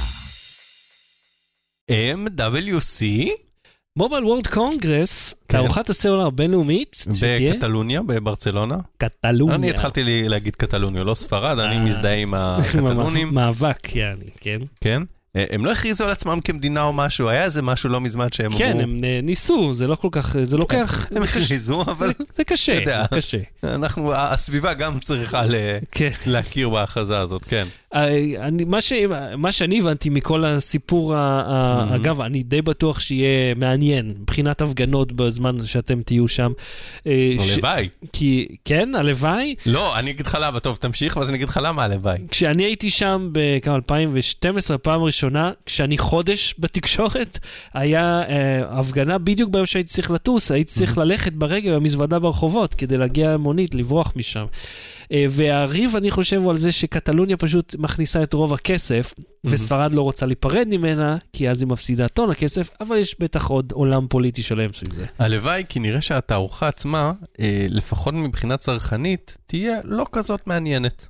MWC?
מובייל וורד קונגרס, תערוכת הסלולר הבינלאומית.
בקטלוניה, בברצלונה.
קטלוניה.
אני התחלתי להגיד קטלוניה, לא ספרד, אני מזדהה עם הקטלונים.
מאבק, יעני, כן.
כן? הם לא הכריזו על עצמם כמדינה או משהו, היה איזה משהו לא מזמן שהם אמרו.
כן, הם ניסו, זה לא כל כך, זה לוקח...
הם הכריזו, אבל...
זה קשה, זה קשה.
הסביבה גם צריכה להכיר בהכרזה הזאת, כן.
מה שאני הבנתי מכל הסיפור, אגב, אני די בטוח שיהיה מעניין, מבחינת הפגנות בזמן שאתם תהיו שם.
הלוואי.
כן, הלוואי.
לא, אני אגיד לך למה, טוב, תמשיך, ואז אני אגיד לך למה הלוואי.
כשאני הייתי שם ב-2012, פעם ראשונה, כשאני חודש בתקשורת, היה הפגנה בדיוק ביום שהייתי צריך לטוס, הייתי צריך ללכת ברגל במזוודה ברחובות, כדי להגיע למונית, לברוח משם. והריב, אני חושב, הוא על זה שקטלוניה פשוט מכניסה את רוב הכסף, וספרד לא רוצה להיפרד ממנה, כי אז היא מפסידה טון הכסף, אבל יש בטח עוד עולם פוליטי שלם סביב זה.
הלוואי, כי נראה שהתערוכה עצמה, לפחות מבחינה צרכנית, תהיה לא כזאת מעניינת.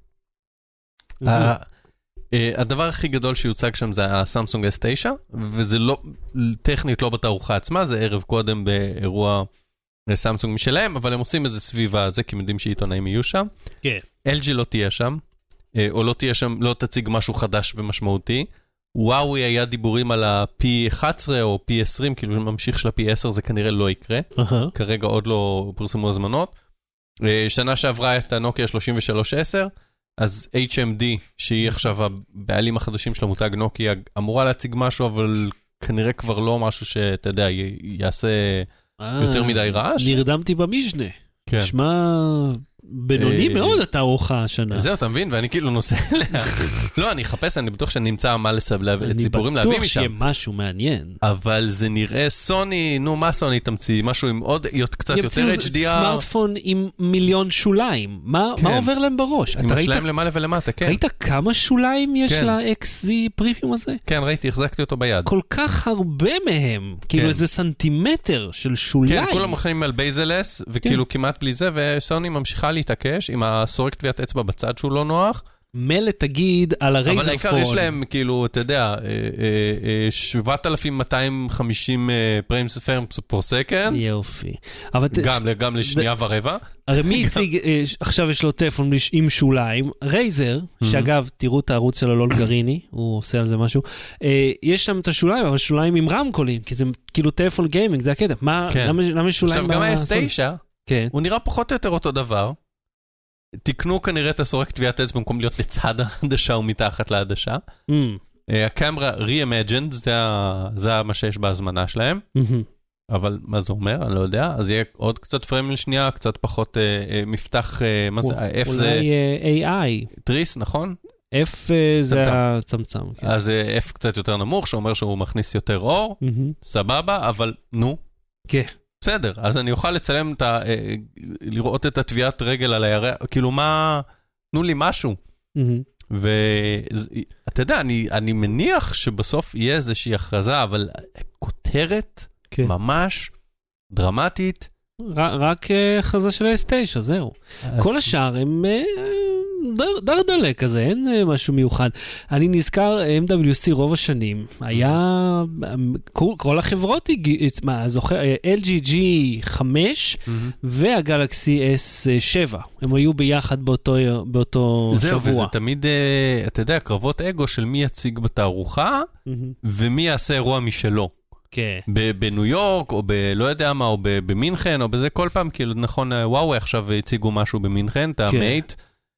הדבר הכי גדול שיוצג שם זה הסמסונג S9, וזה לא, טכנית לא בתערוכה עצמה, זה ערב קודם באירוע סמסונג משלהם, אבל הם עושים איזה סביבה הזה, כי הם יודעים שעיתונאים יהיו שם.
כן.
LG לא תהיה שם, או לא תהיה שם, לא תציג משהו חדש ומשמעותי. וואוי היה דיבורים על ה-P11 או P20, כאילו ממשיך של ה-P10 זה כנראה לא יקרה. כרגע עוד לא פרסמו הזמנות. שנה שעברה את הנוקיה 3310, אז HMD, שהיא עכשיו הבעלים החדשים של המותג נוקיה, אמורה להציג משהו, אבל כנראה כבר לא משהו שאתה יודע, יעשה יותר מדי רעש.
נרדמתי במשנה. נשמע בינוני מאוד התערוכה השנה.
זהו, אתה מבין? ואני כאילו נוסע אליה. לא, אני אחפש, אני בטוח שאני נמצא מה לציפורים להביא משם.
אני בטוח שיהיה משהו מעניין.
אבל זה נראה סוני, נו, מה סוני תמציא? משהו עם עוד, קצת יותר HDR.
ימציאו סמארטפון עם מיליון שוליים. מה עובר להם בראש?
עם השליים למעלה ולמטה, כן.
ראית כמה שוליים יש ל-XZ פרימיום הזה?
כן, ראיתי, החזקתי אותו ביד.
כל כך הרבה מהם, כאילו איזה סנטימטר של שוליים.
כן, כולם מוכנים על בייזלס, וכאילו כמעט בלי זה, וסוני ממשיכה להתעקש עם הסורק טביעת אצבע בצד שהוא לא נוח.
מלט תגיד על הרייזר פון.
אבל העיקר יש להם, כאילו, אתה יודע, 7,250 פריימס פר סקנד.
יופי.
גם לשנייה ורבע.
הרי מי הציג, עכשיו יש לו טלפון עם שוליים, רייזר, שאגב, תראו את הערוץ של אלון גריני, הוא עושה על זה משהו, יש שם את השוליים, אבל שוליים עם רמקולים, כי זה כאילו טלפון גיימינג, זה הקטע. למה שוליים...
עכשיו גם ה-S9, הוא נראה פחות או יותר אותו דבר. תקנו כנראה את הסורק טביעת אצבע במקום להיות לצד העדשה ומתחת לעדשה. הקמרה Reimagined, זה מה שיש בהזמנה שלהם. אבל מה זה אומר? אני לא יודע. אז יהיה עוד קצת פריים לשנייה, קצת פחות מפתח, מה זה? F זה...
אולי AI.
תריס, נכון?
F זה הצמצם.
אז F קצת יותר נמוך, שאומר שהוא מכניס יותר אור. סבבה, אבל נו. כן. בסדר, אז אני אוכל לצלם לראות את הטביעת רגל על הירח, כאילו מה, תנו לי משהו. ואתה יודע, אני מניח שבסוף יהיה איזושהי הכרזה, אבל כותרת ממש דרמטית.
רק הכרזה של S9, זהו. כל השאר הם דרדלה כזה, אין משהו מיוחד. אני נזכר, MWC רוב השנים, היה, כל החברות, זוכר, LG G5 והגלקסי S7, הם היו ביחד באותו שבוע. זהו,
וזה תמיד, אתה יודע, קרבות אגו של מי יציג בתערוכה, ומי יעשה אירוע משלו. בניו יורק, או לא יודע מה, או במינכן, או בזה כל פעם, כאילו נכון, וואו, עכשיו הציגו משהו במינכן, את המייט,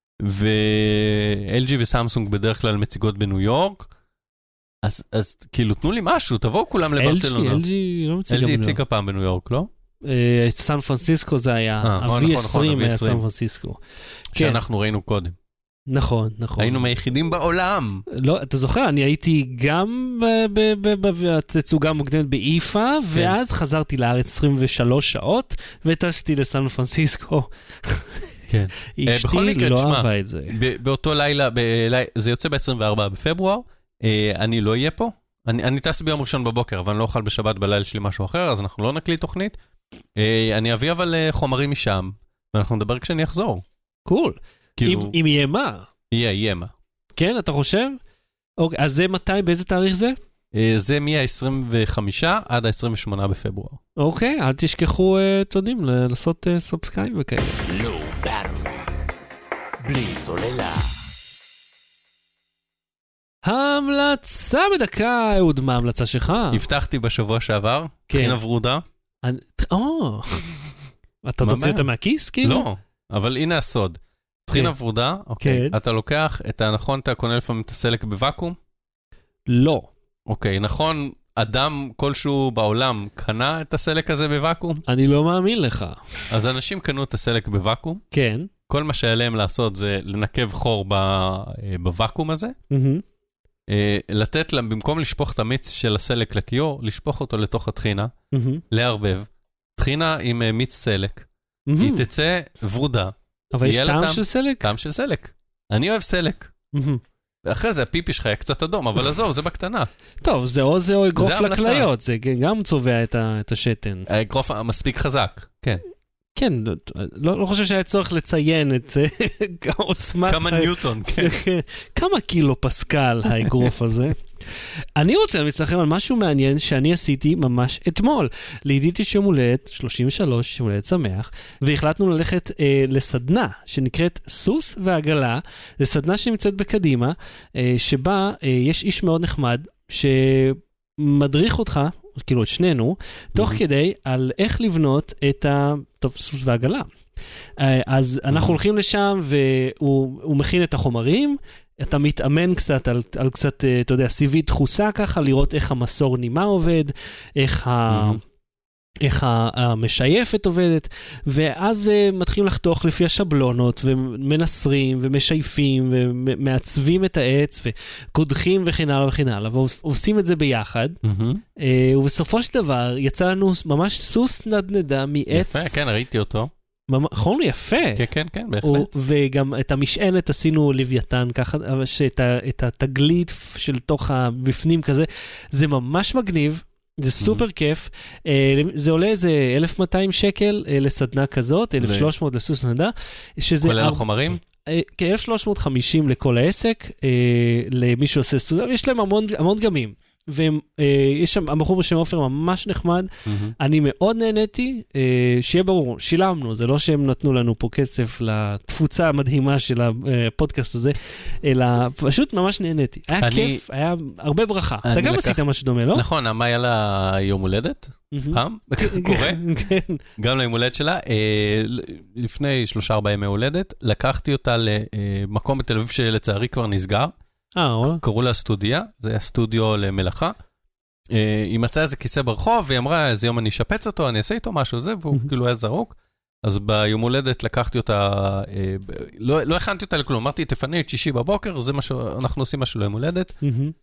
ו-LG וסמסונג בדרך כלל מציגות בניו יורק, אז כאילו תנו לי משהו, תבואו כולם לברצלונה.
LG לא מציגה בניו יורק.
LG הציגה פעם בניו יורק, לא?
סן פרנסיסקו זה היה, ה-V20 היה סן פרנסיסקו.
שאנחנו ראינו קודם.
נכון, נכון.
היינו מהיחידים בעולם.
לא, אתה זוכר, אני הייתי גם בתצוגה מוקדמת באיפה, ואז חזרתי לארץ 23 שעות, וטסתי לסן פרנסיסקו.
כן.
אשתי לא אהבה את זה.
באותו לילה, זה יוצא ב-24 בפברואר, אני לא אהיה פה. אני טס ביום ראשון בבוקר, אבל אני לא אוכל בשבת בלילה שלי משהו אחר, אז אנחנו לא נקליט תוכנית. אני אביא אבל חומרים משם, ואנחנו נדבר כשאני אחזור.
קול. אם יהיה מה?
יהיה מה.
כן, אתה חושב? אוקיי, אז זה מתי, באיזה תאריך זה?
זה מה-25 עד ה-28 בפברואר.
אוקיי, אל תשכחו, תודים, לעשות סאבסקרייב וכאלה.
לא ברור. בלי סוללה.
ההמלצה בדקה, אהוד, מה ההמלצה שלך?
הבטחתי בשבוע שעבר, תחינה ורודה.
אתה תוציא אותה מהכיס, כאילו?
לא, אבל הנה הסוד. תחינה ורודה, אוקיי, אתה לוקח את הנכון, אתה קונה לפעמים את הסלק בוואקום?
לא.
אוקיי, נכון, אדם כלשהו בעולם קנה את הסלק הזה בוואקום?
אני לא מאמין לך.
אז אנשים קנו את הסלק בוואקום.
כן.
כל מה שעליהם לעשות זה לנקב חור בוואקום הזה. לתת להם, במקום לשפוך את המיץ של הסלק לכיור, לשפוך אותו לתוך התחינה, לערבב. תחינה עם מיץ סלק. היא תצא ורודה.
אבל יש טעם של סלק?
טעם של סלק. אני אוהב סלק. ואחרי זה הפיפי שלך היה קצת אדום, אבל עזוב, זה בקטנה.
טוב, זה או זה או אגרוף לכליות, זה גם צובע את השתן.
האגרוף מספיק חזק, כן.
כן, לא חושב שהיה צורך לציין את העוצמת...
כמה ניוטון, כן.
כמה קילו פסקל האגרוף הזה. אני רוצה להמליץ לכם על משהו מעניין שאני עשיתי ממש אתמול. לידיתי יום הולדת 33, יום הולדת שמח, והחלטנו ללכת לסדנה שנקראת סוס ועגלה. זו סדנה שנמצאת בקדימה, שבה יש איש מאוד נחמד שמדריך אותך, כאילו את שנינו, תוך כדי על איך לבנות את סוס ועגלה. אז אנחנו הולכים לשם, והוא מכין את החומרים, אתה מתאמן קצת על קצת, אתה יודע, סיבית דחוסה ככה, לראות איך המסור נימה עובד, איך המשייפת עובדת, ואז מתחילים לחתוך לפי השבלונות, ומנסרים, ומשייפים, ומעצבים את העץ, וקודחים וכן הלאה וכן הלאה, ועושים את זה ביחד, ובסופו של דבר יצא לנו ממש סוס נדנדה מעץ.
יפה, כן, ראיתי אותו.
נכון, יפה.
כן, בהחלט.
וגם את המשענת עשינו לוויתן ככה, שאת התגלית של תוך הבפנים כזה, זה ממש מגניב, זה סופר כיף, זה עולה איזה 1,200 שקל לסדנה כזאת, 1,300 לסוס נדנדה,
כולל החומרים?
כ-1,350 לכל העסק, למי שעושה סטודנט, יש להם המון דגמים. ויש שם, הבחור בשם עופר ממש נחמד, אני מאוד נהניתי, שיהיה ברור, שילמנו, זה לא שהם נתנו לנו פה כסף לתפוצה המדהימה של הפודקאסט הזה, אלא פשוט ממש נהניתי. היה כיף, היה הרבה ברכה. אתה גם עשית משהו דומה, לא?
נכון, מה היה לה יום הולדת? פעם? קורה? גם ליום הולדת שלה. לפני 3-4 ימי הולדת, לקחתי אותה למקום בתל אביב שלצערי כבר נסגר, קראו לה סטודיה, זה היה סטודיו למלאכה. היא מצאה איזה כיסא ברחוב, והיא אמרה, איזה יום אני אשפץ אותו, אני אעשה איתו משהו, זה, והוא כאילו היה זרוק. אז ביום הולדת לקחתי אותה, לא הכנתי אותה לכלום, אמרתי, תפני את שישי בבוקר, זה משהו, אנחנו עושים משהו ליום הולדת.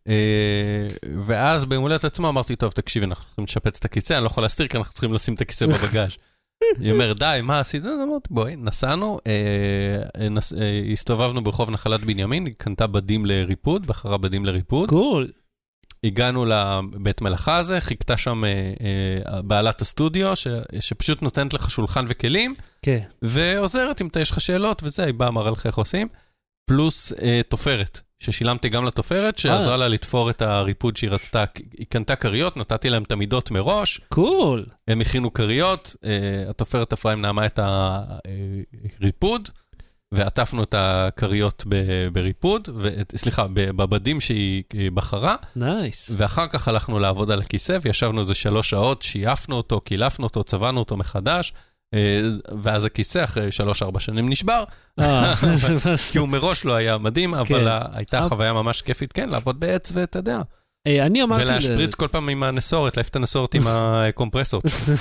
ואז ביום הולדת עצמו אמרתי, טוב, תקשיבי, אנחנו צריכים לשפץ את הכיסא, אני לא יכול להסתיר, כי אנחנו צריכים לשים את הכיסא בבגאז'. היא אומרת, די, מה עשית? אז אמרתי, בואי, נסענו, הסתובבנו ברחוב נחלת בנימין, היא קנתה בדים לריפוד, בחרה בדים לריפוד.
קול.
הגענו לבית מלאכה הזה, חיכתה שם בעלת הסטודיו, שפשוט נותנת לך שולחן וכלים, ועוזרת אם יש לך שאלות, וזה, היא באה מראה לך איך עושים, פלוס תופרת, ששילמתי גם לתופרת, שעזרה לה לתפור את הריפוד שהיא רצתה, היא קנתה קריות, נתתי להם את המידות מראש,
קול.
הם הכינו קריות, התופרת תפרה עם נעמה את הריפוד, ועטפנו את הקריות בריפוד, סליחה, בבדים שהיא בחרה, ואחר כך הלכנו לעבוד על הכיסא, וישבנו איזה 3 שעות, שייפנו אותו, קילפנו אותו, צבענו אותו מחדש, ואז הכיסא אחרי 3-4 שנים נשבר, כי הוא מראש לא היה מדהים, אבל הייתה חוויה ממש כיפית, כן, לעבוד בעץ ואתה יודע. ולהשפריץ כל פעם עם הנסורת, להעיף את הנסורת עם הקומפרסור.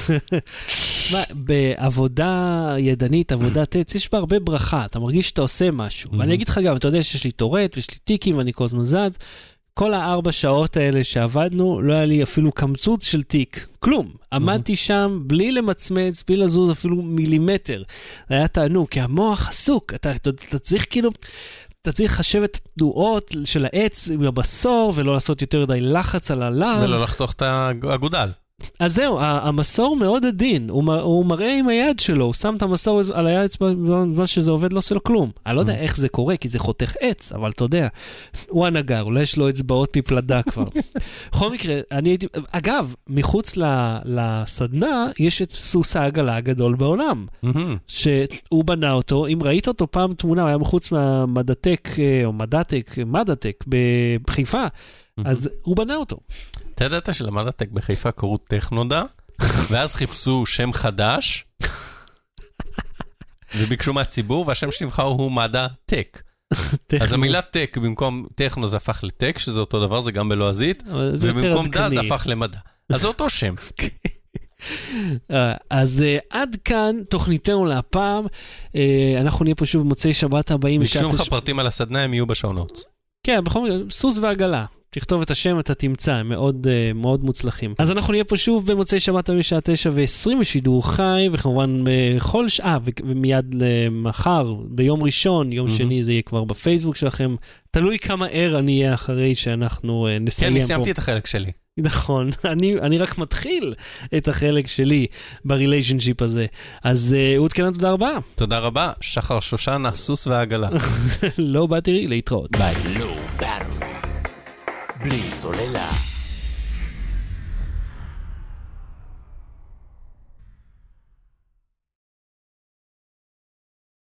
בעבודה ידנית, עבודת עץ, יש בה הרבה ברכה, אתה מרגיש שאתה עושה משהו. ואני אגיד לך גם, אתה יודע שיש לי טורט ויש לי טיקים ואני כל הזמן זז, כל 4 שעות האלה שעבדנו, לא היה לי אפילו קמצוץ של טיק, כלום. עמדתי שם בלי למצמץ, בלי לזוז אפילו מילימטר. זה היה תענוג, כי המוח עסוק, אתה צריך כאילו... אתה צריך לחשב את התנועות של העץ בבשור, ולא לעשות יותר די לחץ על הלב.
ולא לחתוך את הגודל.
אז זהו, המסור מאוד עדין, הוא מראה עם היד שלו, הוא שם את המסור על היד, בזמן שזה עובד לא עושה לו כלום. אני לא יודע איך זה קורה, כי זה חותך עץ, אבל אתה יודע, הוא הנגר, אולי יש לו אצבעות מפלדה כבר. בכל מקרה, אני הייתי, אגב, מחוץ לסדנה, יש את סוס העגלה הגדול בעולם, שהוא בנה אותו, אם ראית אותו פעם תמונה, הוא היה מחוץ מהמדטק, או מדטק בחיפה, אז הוא בנה אותו.
אתה ידעת שלמדטק בחיפה קראו טכנודה, ואז חיפשו שם חדש, וביקשו מהציבור, והשם שנבחר הוא מדע טק. אז המילה טק במקום טכנו זה הפך לטק, שזה אותו דבר, זה גם בלועזית, ובמקום דה זה הפך למדע. אז זה אותו שם.
אז עד כאן תוכניתנו להפעם, אנחנו נהיה פה שוב במוצאי שבת הבאים.
ביקשו לך פרטים על הסדנה, הם יהיו בשעונות.
כן, בכל מקרה, סוס ועגלה. תכתוב את השם, אתה תמצא, הם מאוד, מאוד מוצלחים. אז אנחנו נהיה פה שוב במוצאי שבת בשעה 9:20 בשידור חי, וכמובן בכל שעה, ומיד למחר, ביום ראשון, יום שני, זה יהיה כבר בפייסבוק שלכם. תלוי כמה ער אני אהיה אחרי שאנחנו נסיים פה.
כן, סיימתי את החלק שלי.
נכון, אני רק מתחיל את החלק שלי בריליישנשיפ הזה. אז אהוד קנן, תודה רבה.
תודה רבה, שחר שושנה, סוס והעגלה.
לא באתי להתראות.
ביי.
בלי סוללה.